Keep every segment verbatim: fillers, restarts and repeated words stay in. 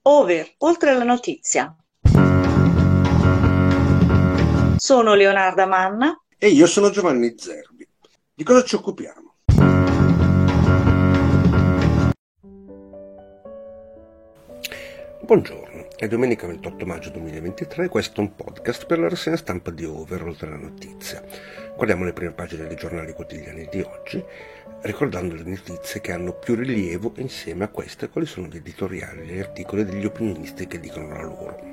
Over, oltre la notizia. Sono Leonarda Manna. E io sono Giovanni Zerbi. Di cosa ci occupiamo? Buongiorno, è domenica ventotto maggio duemilaventitré e questo è un podcast per la rassegna stampa di Over, oltre la notizia. Guardiamo le prime pagine dei giornali quotidiani di oggi, ricordando le notizie che hanno più rilievo e insieme a queste quali sono gli editoriali e gli articoli degli opinionisti che dicono la loro.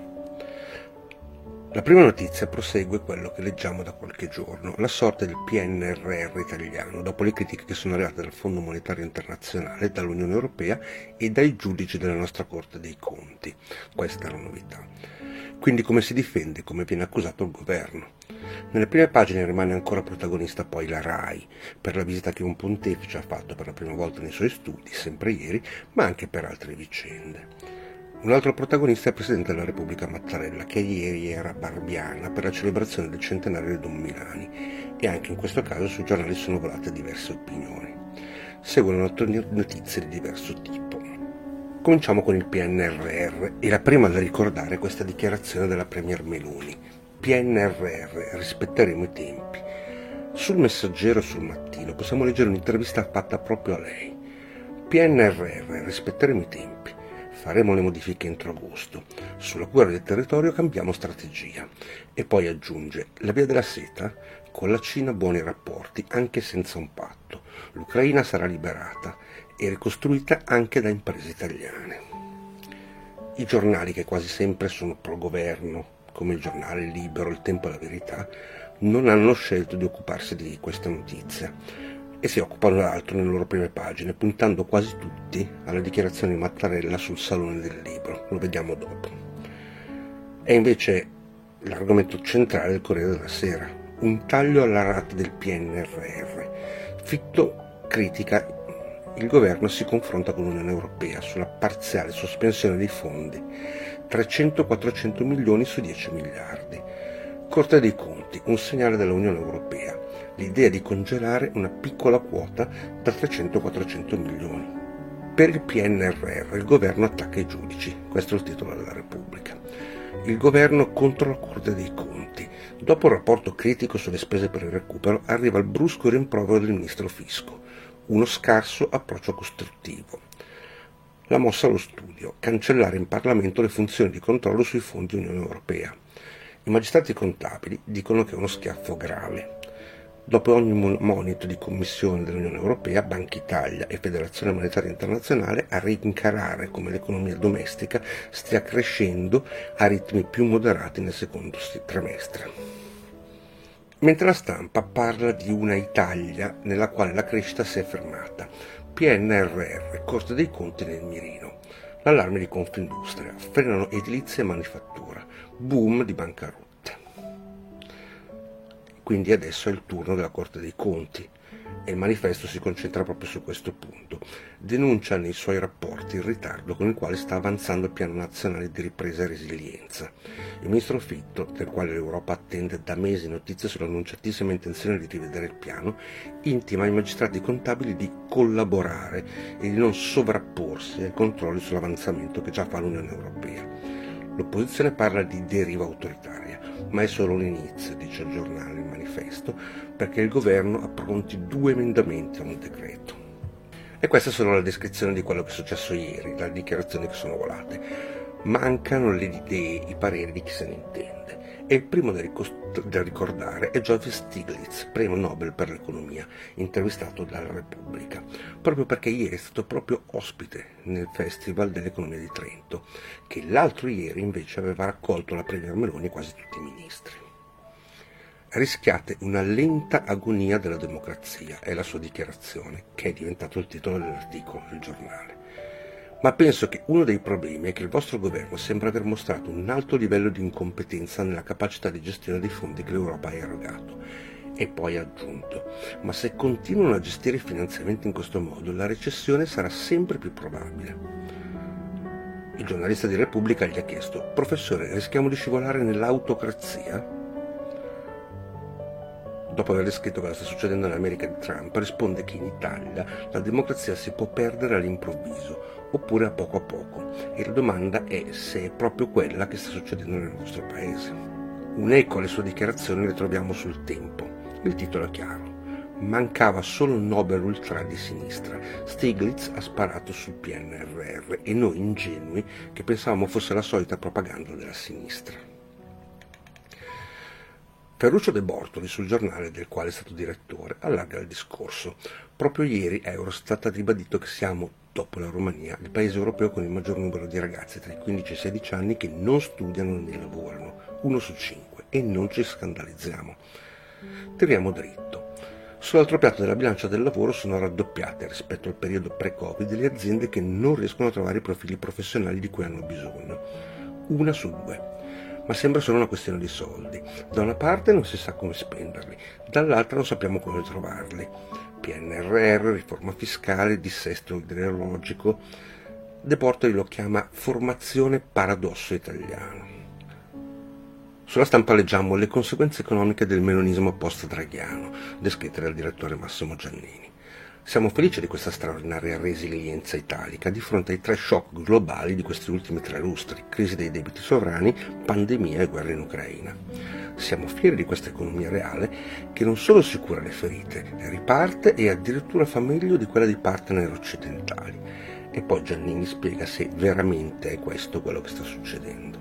La prima notizia prosegue quello che leggiamo da qualche giorno, la sorte del P N R R italiano, dopo le critiche che sono arrivate dal Fondo Monetario Internazionale, dall'Unione Europea e dai giudici della nostra Corte dei Conti. Questa è la novità. Quindi come si difende, come viene accusato il governo? Nelle prime pagine rimane ancora protagonista poi la RAI, per la visita che un pontefice ha fatto per la prima volta nei suoi studi, sempre ieri, ma anche per altre vicende. Un altro protagonista è il Presidente della Repubblica Mattarella, che ieri era a Barbiana per la celebrazione del centenario di Don Milani, e anche in questo caso sui giornali sono volate diverse opinioni. Seguono notizie di diverso tipo. Cominciamo con il P N R R e la prima da ricordare è questa dichiarazione della Premier Meloni. P N R R, rispetteremo i tempi. Sul Messaggero sul Mattino possiamo leggere un'intervista fatta proprio a lei. P N R R, rispetteremo i tempi. Faremo le modifiche entro agosto. Sulla cura del territorio cambiamo strategia. E poi aggiunge, la via della seta? Con la Cina buoni rapporti, anche senza un patto. L'Ucraina sarà liberata e ricostruita anche da imprese italiane. I giornali, che quasi sempre sono pro governo, come il giornale Libero, Il Tempo e la Verità, non hanno scelto di occuparsi di questa notizia e si occupano d'altro nelle loro prime pagine, puntando quasi tutti alla dichiarazione di Mattarella sul Salone del Libro. Lo vediamo dopo. È invece l'argomento centrale del Corriere della Sera, un taglio alla rata del P N R R. Fitto critica il governo si confronta con l'Unione Europea sulla parziale sospensione dei fondi, trecento quattrocento milioni su dieci miliardi. Corte dei Conti, un segnale dell'Unione Europea, l'idea di congelare una piccola quota da trecento quattrocento milioni. Per il P N R R il governo attacca i giudici, questo è il titolo della Repubblica. Il governo contro la Corte dei Conti. Dopo il rapporto critico sulle spese per il recupero arriva il brusco rimprovero del ministro Fisco, uno scarso approccio costruttivo. La mossa allo studio, cancellare in Parlamento le funzioni di controllo sui fondi Unione Europea. I magistrati contabili dicono che è uno schiaffo grave. Dopo ogni monito di Commissione dell'Unione Europea, Banca Italia e Federazione Monetaria Internazionale a rincarare come l'economia domestica stia crescendo a ritmi più moderati nel secondo trimestre. Mentre la stampa parla di una Italia nella quale la crescita si è fermata. P N R R, Corte dei Conti nel mirino. L'allarme di Confindustria, frenano edilizia e manifattura, boom di bancarotte. Quindi adesso è il turno della Corte dei Conti e il manifesto si concentra proprio su questo punto. Denuncia nei suoi rapporti il ritardo con il quale sta avanzando il Piano Nazionale di Ripresa e Resilienza. Il ministro Fitto, del quale l'Europa attende da mesi notizie sull'annunciatissima intenzione di rivedere il piano, intima ai magistrati contabili di collaborare e di non sovrapporsi ai controlli sull'avanzamento che già fa l'Unione Europea. L'opposizione parla di deriva autoritaria, ma è solo l'inizio, dice il giornale Il Manifesto, perché il governo ha pronti due emendamenti a un decreto. E questa è solo la descrizione di quello che è successo ieri, dalle dichiarazioni che sono volate. Mancano le idee, i pareri di chi se ne intende. E il primo da, ricost- da ricordare è Joseph Stiglitz, premio Nobel per l'economia, intervistato dalla Repubblica, proprio perché ieri è stato proprio ospite nel Festival dell'Economia di Trento, che l'altro ieri invece aveva raccolto la Premier Meloni e quasi tutti i ministri. Rischiate una lenta agonia della democrazia, è la sua dichiarazione, che è diventato il titolo dell'articolo del giornale. Ma penso che uno dei problemi è che il vostro governo sembra aver mostrato un alto livello di incompetenza nella capacità di gestione dei fondi che l'Europa ha erogato. E poi ha aggiunto, ma se continuano a gestire i finanziamenti in questo modo, la recessione sarà sempre più probabile. Il giornalista di Repubblica gli ha chiesto, professore, rischiamo di scivolare nell'autocrazia? dopo aver descritto cosa sta succedendo in America di Trump, risponde che in Italia la democrazia si può perdere all'improvviso, oppure a poco a poco, e la domanda è se è proprio quella che sta succedendo nel nostro paese. Un'eco alle sue dichiarazioni le troviamo sul Tempo. Il titolo è chiaro. Mancava solo un Nobel ultra di sinistra. Stiglitz ha sparato sul P N R R e noi ingenui che pensavamo fosse la solita propaganda della sinistra. Ferruccio De Bortoli, sul giornale del quale è stato direttore, allarga il discorso. Proprio ieri Eurostat ha ribadito che siamo, dopo la Romania, il paese europeo con il maggior numero di ragazzi tra i quindici e i sedici anni che non studiano né lavorano, uno su cinque, e non ci scandalizziamo. Tiriamo dritto. Sull'altro piatto della bilancia del lavoro sono raddoppiate rispetto al periodo pre-Covid le aziende che non riescono a trovare i profili professionali di cui hanno bisogno. Una su due. Ma sembra solo una questione di soldi. Da una parte non si sa come spenderli, dall'altra non sappiamo come trovarli. P N R R, riforma fiscale, dissesto idrogeologico. De Bortoli lo chiama formazione paradosso italiano. Sulla stampa leggiamo le conseguenze economiche del melonismo post-draghiano, descritte dal direttore Massimo Giannini. Siamo felici di questa straordinaria resilienza italica di fronte ai tre shock globali di questi ultimi tre lustri, crisi dei debiti sovrani, pandemia e guerra in Ucraina. Siamo fieri di questa economia reale che non solo si cura le ferite, riparte e addirittura fa meglio di quella di partner occidentali. E poi Giannini spiega se veramente è questo quello che sta succedendo.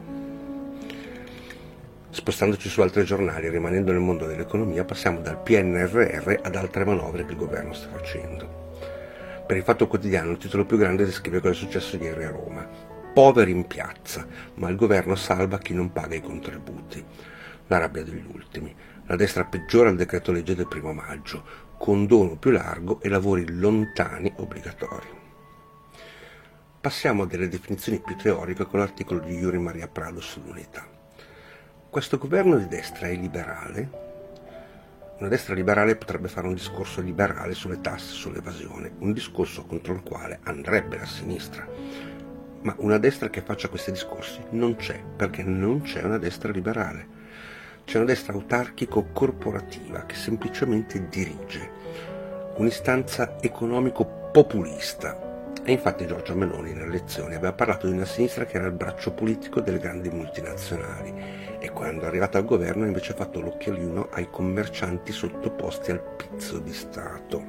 Spostandoci su altri giornali, rimanendo nel mondo dell'economia, passiamo dal P N R R ad altre manovre che il governo sta facendo. Per il Fatto Quotidiano il titolo più grande descrive cosa è successo ieri a Roma. Poveri in piazza, ma il governo salva chi non paga i contributi. La rabbia degli ultimi. La destra peggiora il decreto legge del primo maggio, condono più largo e lavori lontani obbligatori. Passiamo a delle definizioni più teoriche con l'articolo di Yuri Maria Prado sull'unità. Questo governo di destra è liberale? Una destra liberale potrebbe fare un discorso liberale sulle tasse, sull'evasione, un discorso contro il quale andrebbe la sinistra. Ma una destra che faccia questi discorsi non c'è, perché non c'è una destra liberale. C'è una destra autarchico-corporativa che semplicemente dirige, un'istanza economico-populista. E infatti Giorgia Meloni nelle elezioni aveva parlato di una sinistra che era il braccio politico delle grandi multinazionali e quando è arrivata al governo invece ha fatto l'occhiolino ai commercianti sottoposti al pizzo di Stato.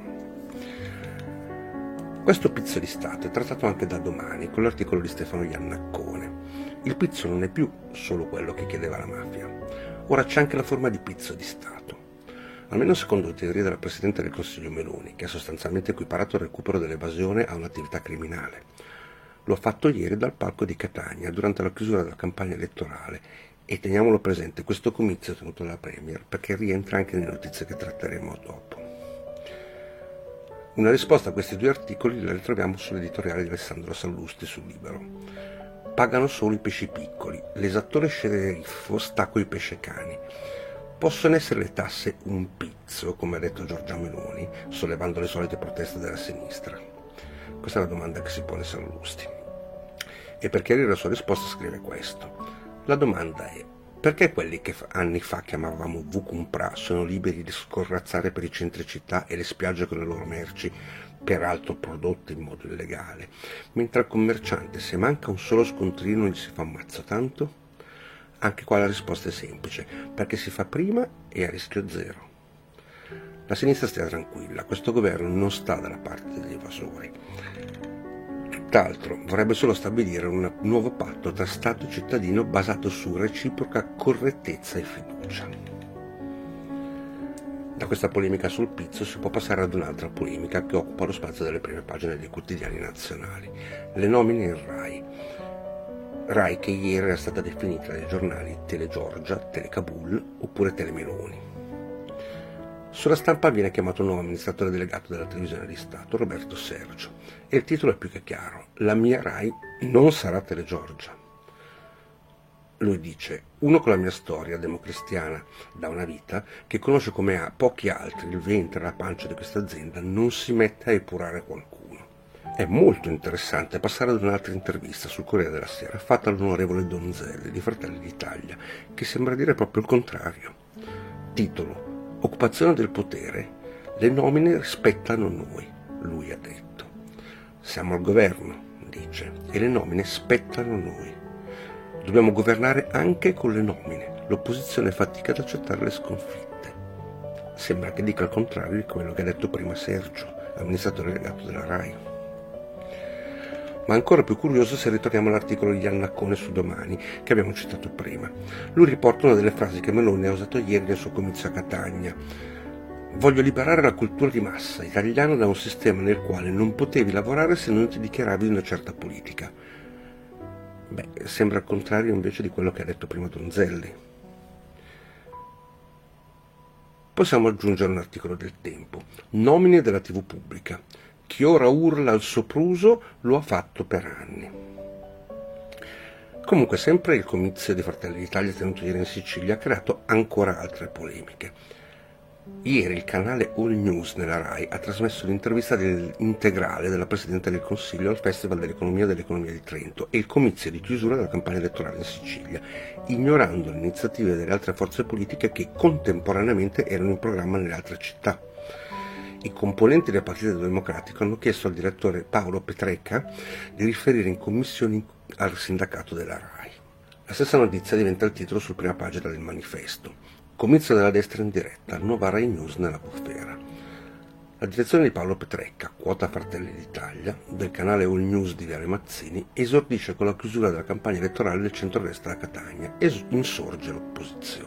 Questo pizzo di Stato è trattato anche da Domani con l'articolo di Stefano Iannaccone. Il pizzo non è più solo quello che chiedeva la mafia, ora c'è anche la forma di pizzo di Stato. Almeno secondo le teorie della Presidente del Consiglio Meloni, che ha sostanzialmente equiparato il recupero dell'evasione a un'attività criminale. Lo ha fatto ieri dal palco di Catania durante la chiusura della campagna elettorale e teniamolo presente, questo comizio è tenuto dalla Premier perché rientra anche nelle notizie che tratteremo dopo. Una risposta a questi due articoli la ritroviamo sull'editoriale di Alessandro Sallusti su Libero. Pagano solo i pesci piccoli, l'esattore sceriffo sta coi pescecani. Possono essere le tasse un pizzo, come ha detto Giorgia Meloni, sollevando le solite proteste della sinistra? Questa è la domanda che si pone Sallusti. E per chiarire la sua risposta scrive questo. La domanda è, perché quelli che anni fa chiamavamo Vucumpra sono liberi di scorrazzare per i centri città e le spiagge con le loro merci, peraltro prodotte in modo illegale, mentre al commerciante se manca un solo scontrino gli si fa un mazzo tanto? Anche qua la risposta è semplice, perché si fa prima e a rischio zero. La sinistra stia tranquilla, questo governo non sta dalla parte degli evasori. Tutt'altro, vorrebbe solo stabilire un nuovo patto tra Stato e cittadino basato su reciproca correttezza e fiducia. Da questa polemica sul pizzo si può passare ad un'altra polemica che occupa lo spazio delle prime pagine dei quotidiani nazionali, le nomine in RAI. RAI che ieri era stata definita dai giornali Telegiorgia, Telecabul oppure Telemeloni. Sulla stampa viene chiamato un nuovo amministratore delegato della televisione di Stato, Roberto Sergio, e il titolo è più che chiaro: la mia RAI non sarà Telegiorgia. Lui dice: uno con la mia storia democristiana da una vita, che conosce come a pochi altri il ventre e la pancia di questa azienda, non si mette a epurare qualcuno. È molto interessante passare ad un'altra intervista sul Corriere della Sera fatta all'onorevole Donzelli di Fratelli d'Italia, che sembra dire proprio il contrario. Titolo: Occupazione del potere. Le nomine rispettano noi, lui ha detto. Siamo al governo, dice, e le nomine spettano noi. Dobbiamo governare anche con le nomine. L'opposizione fatica ad accettare le sconfitte. Sembra che dica il contrario di quello che ha detto prima Sergio, amministratore delegato della RAI. Ma ancora più curioso se ritorniamo all'articolo di Iannaccone su Domani, che abbiamo citato prima. Lui riporta una delle frasi che Meloni ha usato ieri nel suo comizio a Catania. Voglio liberare la cultura di massa italiana da un sistema nel quale non potevi lavorare se non ti dichiaravi di una certa politica. Beh, sembra il contrario invece di quello che ha detto prima Donzelli. Possiamo aggiungere un articolo del Tempo. Nomine della tivù pubblica. Chi ora urla al sopruso lo ha fatto per anni. Comunque sempre il comizio di Fratelli d'Italia tenuto ieri in Sicilia ha creato ancora altre polemiche. Ieri il canale All News nella RAI ha trasmesso l'intervista integrale della Presidente del Consiglio al Festival dell'Economia dell'Economia di Trento e il comizio di chiusura della campagna elettorale in Sicilia, ignorando le iniziative delle altre forze politiche che contemporaneamente erano in programma nelle altre città. I componenti del Partito Democratico hanno chiesto al direttore Paolo Petrecca di riferire in commissione al sindacato della RAI. La stessa notizia diventa il titolo sul prima pagina del manifesto. Comizio della destra in diretta, nuova RAI News nella bufera. La direzione di Paolo Petrecca, quota Fratelli d'Italia, del canale All News di Viale Mazzini, esordisce con la chiusura della campagna elettorale del centrodestra a Catania e insorge l'opposizione.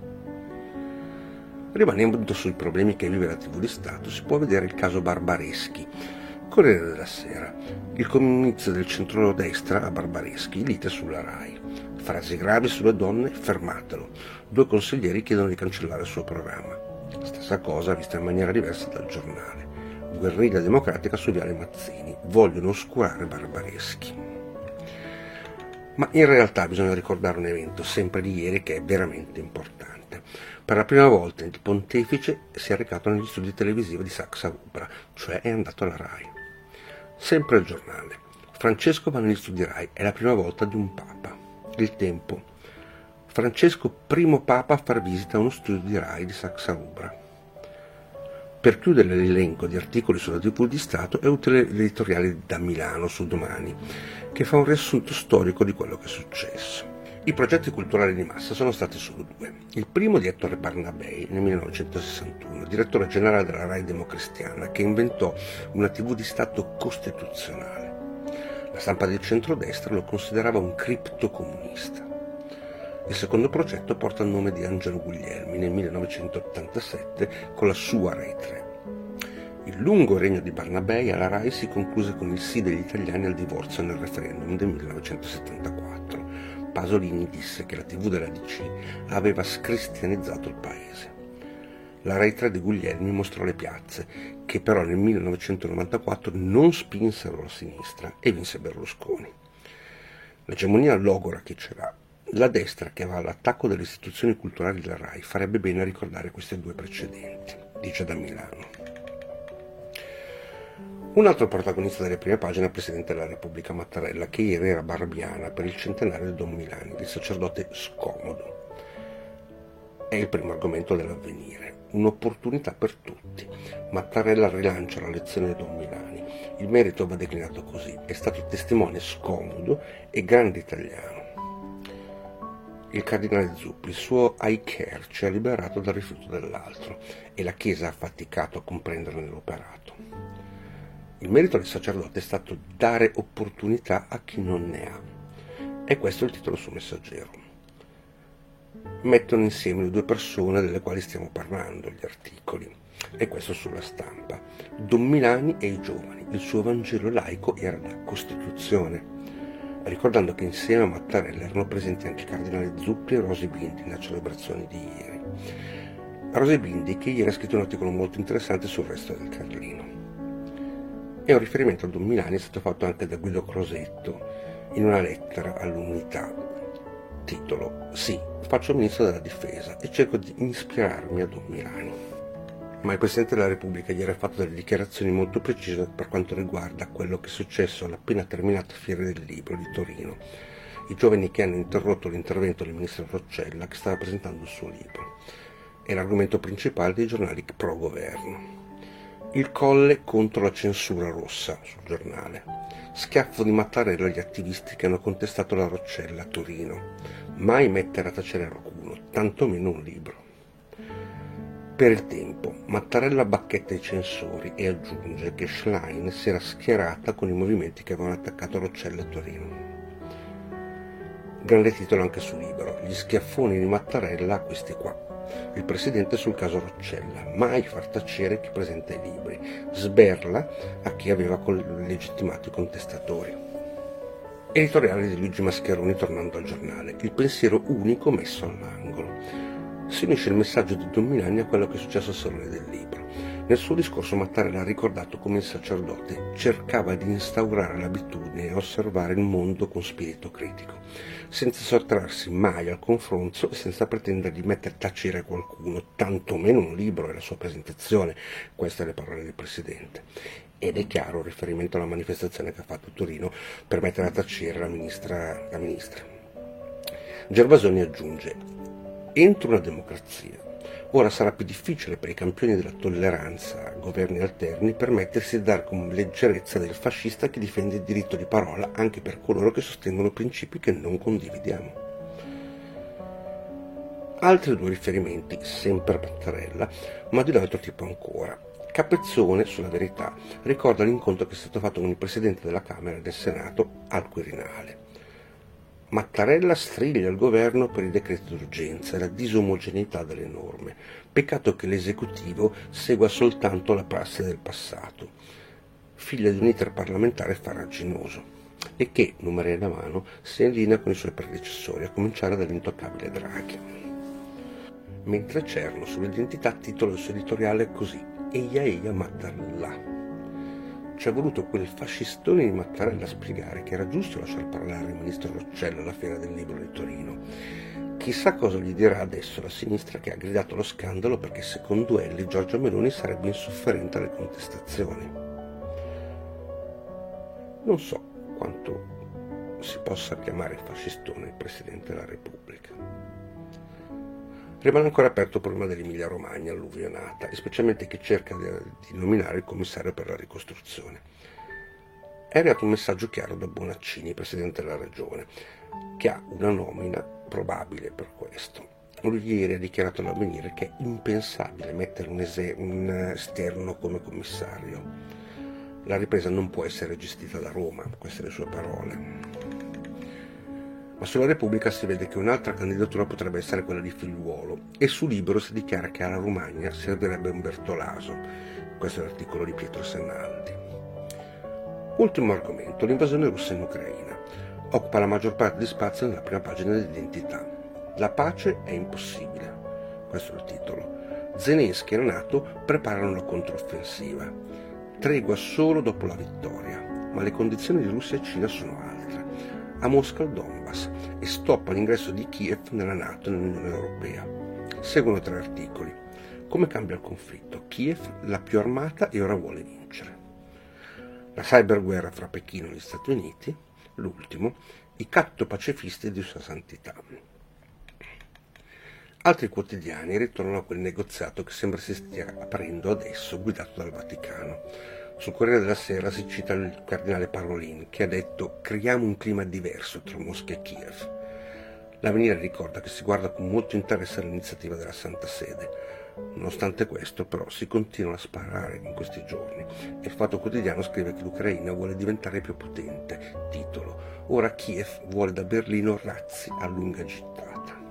Rimanendo sui problemi che vive la tivù di Stato, si può vedere il caso Barbareschi. Corriere della Sera. Il comizio del centrodestra a Barbareschi, lite sulla RAI. Frasi gravi sulle donne, fermatelo. Due consiglieri chiedono di cancellare il suo programma. Stessa cosa vista in maniera diversa dal giornale. Guerriglia democratica su Viale Mazzini. Vogliono oscurare Barbareschi. Ma in realtà bisogna ricordare un evento sempre di ieri che è veramente importante. Per la prima volta il pontefice si è recato negli studi televisivi di Saxa Ubra, cioè è andato alla RAI. Sempre il giornale. Francesco va negli studi RAI, è la prima volta di un papa. Il Tempo. Francesco, primo papa a far visita a uno studio di RAI di Saxa Ubra. Per chiudere l'elenco di articoli sulla tivù di Stato è utile l'editoriale da Milano su Domani, che fa un riassunto storico di quello che è successo. I progetti culturali di massa sono stati solo due. Il primo di Ettore Barnabei nel millenovecentosessantuno, direttore generale della RAI democristiana, che inventò una tivù di Stato costituzionale. La stampa del centrodestra lo considerava un criptocomunista. Il secondo progetto porta il nome di Angelo Guglielmi nel millenovecentottantasette con la sua RAI tre. Il lungo regno di Barnabei alla RAI si concluse con il sì degli italiani al divorzio nel referendum del millenovecentosettantaquattro. Pasolini disse che la tivù della D C aveva scristianizzato il paese. La RAI tre di Guglielmi mostrò le piazze, che però nel millenovecentonovantaquattro non spinsero la sinistra e vinse Berlusconi. L'egemonia logora chi ce l'ha. La destra che va all'attacco delle istituzioni culturali della RAI farebbe bene a ricordare questi due precedenti, dice da Milano. Un altro protagonista delle prime pagine è il Presidente della Repubblica Mattarella, che ieri era a Barbiana per il centenario di Don Milani, il sacerdote scomodo. È il primo argomento dell'Avvenire, un'opportunità per tutti. Mattarella rilancia la lezione di Don Milani. Il merito va declinato così: è stato testimone scomodo e grande italiano. Il cardinale Zuppi, il suo I care, ci ha liberato dal rifiuto dell'altro e la Chiesa ha faticato a comprendere nell'operato. Il merito del sacerdote è stato dare opportunità a chi non ne ha. E questo è il titolo sul Messaggero. Mettono insieme le due persone delle quali stiamo parlando, gli articoli. E questo sulla Stampa. Don Milani e i giovani. Il suo Vangelo laico era la Costituzione. Ricordando che insieme a Mattarella erano presenti anche il cardinale Zuppi e Rosy Bindi nella celebrazione di ieri. Rosy Bindi che ieri ha scritto un articolo molto interessante sul resto del Carlino. E un riferimento a Don Milani è stato fatto anche da Guido Crosetto in una lettera all'Unità. Titolo: Sì, faccio ministro della difesa e cerco di ispirarmi a Don Milani. Ma il Presidente della Repubblica ieri ha fatto delle dichiarazioni molto precise per quanto riguarda quello che è successo alla appena terminata Fiera del Libro di Torino. I giovani che hanno interrotto l'intervento del ministro Roccella che stava presentando il suo libro. è l'argomento principale dei giornali pro-governo. Il Colle contro la censura rossa sul giornale. Schiaffo di Mattarella agli attivisti che hanno contestato la Roccella a Torino. Mai mettere a tacere qualcuno, tantomeno un libro. Per il Tempo, Mattarella bacchetta i censori e aggiunge che Schlein si era schierata con i movimenti che avevano attaccato Roccella a Torino. Grande titolo anche su Libero, gli schiaffoni di Mattarella a questi qua. Il presidente sul caso Roccella, mai far tacere chi presenta i libri, sberla a chi aveva legittimato i contestatori. Editoriale di Luigi Mascheroni tornando al giornale, il pensiero unico messo all'angolo. Si unisce il messaggio di Don Milani a quello che è successo al Salone del Libro. Nel suo discorso Mattarella ha ricordato come il sacerdote cercava di instaurare l'abitudine a osservare il mondo con spirito critico, senza sottrarsi mai al confronto e senza pretendere di mettere a tacere qualcuno, tantomeno un libro e la sua presentazione. Queste le parole del Presidente. Ed è chiaro il riferimento alla manifestazione che ha fatto a Torino per mettere a tacere la ministra. La ministra. Gervasoni aggiunge: entro una democrazia ora sarà più difficile per i campioni della tolleranza a governi alterni permettersi di dare con leggerezza del fascista che difende il diritto di parola anche per coloro che sostengono principi che non condividiamo. Altri due riferimenti, sempre a Mattarella, ma di altro tipo ancora. Capezzone, sulla Verità, ricorda l'incontro che è stato fatto con il Presidente della Camera e del Senato al Quirinale. Mattarella striglia il governo per i decreti d'urgenza e la disomogeneità delle norme. Peccato che l'esecutivo segua soltanto la prassi del passato, figlia di un iter parlamentare farraginoso, e che, numeri alla mano, si è in linea con i suoi predecessori, a cominciare dall'intoccabile Draghi. Mentre Cerno, sull'identità, titola il suo editoriale così: Eia eia Mattarella. Ci è voluto quel fascistone di Mattarella a spiegare che era giusto lasciar parlare il ministro Roccella alla Fiera del Libro di Torino. Chissà cosa gli dirà adesso la sinistra che ha gridato lo scandalo perché secondo Elli Giorgia Meloni sarebbe insofferente alle contestazioni. Non so quanto si possa chiamare fascistone il Presidente della Repubblica. Rimane ancora aperto il problema dell'Emilia Romagna alluvionata, e specialmente chi cerca di, di nominare il commissario per la ricostruzione. È arrivato un messaggio chiaro da Bonaccini, Presidente della Regione, che ha una nomina probabile per questo. Lui ieri ha dichiarato all'Avvenire che è impensabile mettere un, es- un esterno come commissario. La ripresa non può essere gestita da Roma, queste le sue parole. Ma sulla Repubblica si vede che un'altra candidatura potrebbe essere quella di Figliuolo, e su Libero si dichiara che alla Romagna servirebbe un Bertolaso. Questo è l'articolo di Pietro Sennaldi. Ultimo argomento, l'invasione russa in Ucraina. Occupa la maggior parte di spazio nella prima pagina dell'Identità. La pace è impossibile. Questo è il titolo. Zelensky e la NATO preparano la controffensiva. Tregua solo dopo la vittoria, ma le condizioni di Russia e Cina sono altre. A Mosca il Donbass e stoppa l'ingresso di Kiev nella NATO e nell'Unione Europea. Seguono tre articoli. Come cambia il conflitto? Kiev, la più armata e ora vuole vincere. La cyberguerra fra Pechino e gli Stati Uniti. L'ultimo, i catto-pacifisti di Sua Santità. Altri quotidiani ritornano a quel negoziato che sembra si stia aprendo adesso, guidato dal Vaticano. Sul Corriere della Sera si cita il cardinale Parolin, che ha detto: creiamo un clima diverso tra Mosca e Kiev. L'Avvenire ricorda che si guarda con molto interesse all'iniziativa della Santa Sede. Nonostante questo, però, si continua a sparare in questi giorni e il Fatto Quotidiano scrive che l'Ucraina vuole diventare più potente. Titolo: ora Kiev vuole da Berlino razzi a lunga gittata.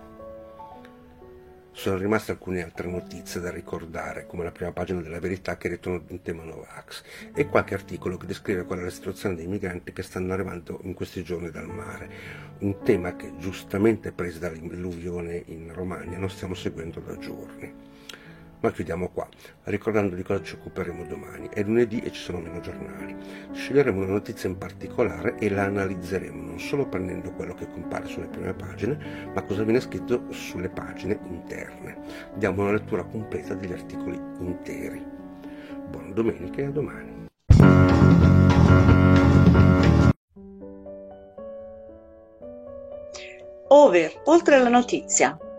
Sono rimaste alcune altre notizie da ricordare, come la prima pagina della Verità che ritorna in tema Novax e qualche articolo che descrive qual è la situazione dei migranti che stanno arrivando in questi giorni dal mare, un tema che, giustamente preso dall'illuvione in Romagna, non stiamo seguendo da giorni. Ma chiudiamo qua, ricordando di cosa ci occuperemo domani. È lunedì e ci sono meno giornali. Sceglieremo una notizia in particolare e la analizzeremo, non solo prendendo quello che compare sulle prime pagine, ma cosa viene scritto sulle pagine interne. Diamo una lettura completa degli articoli interi. Buona domenica e a domani. Over, oltre la notizia.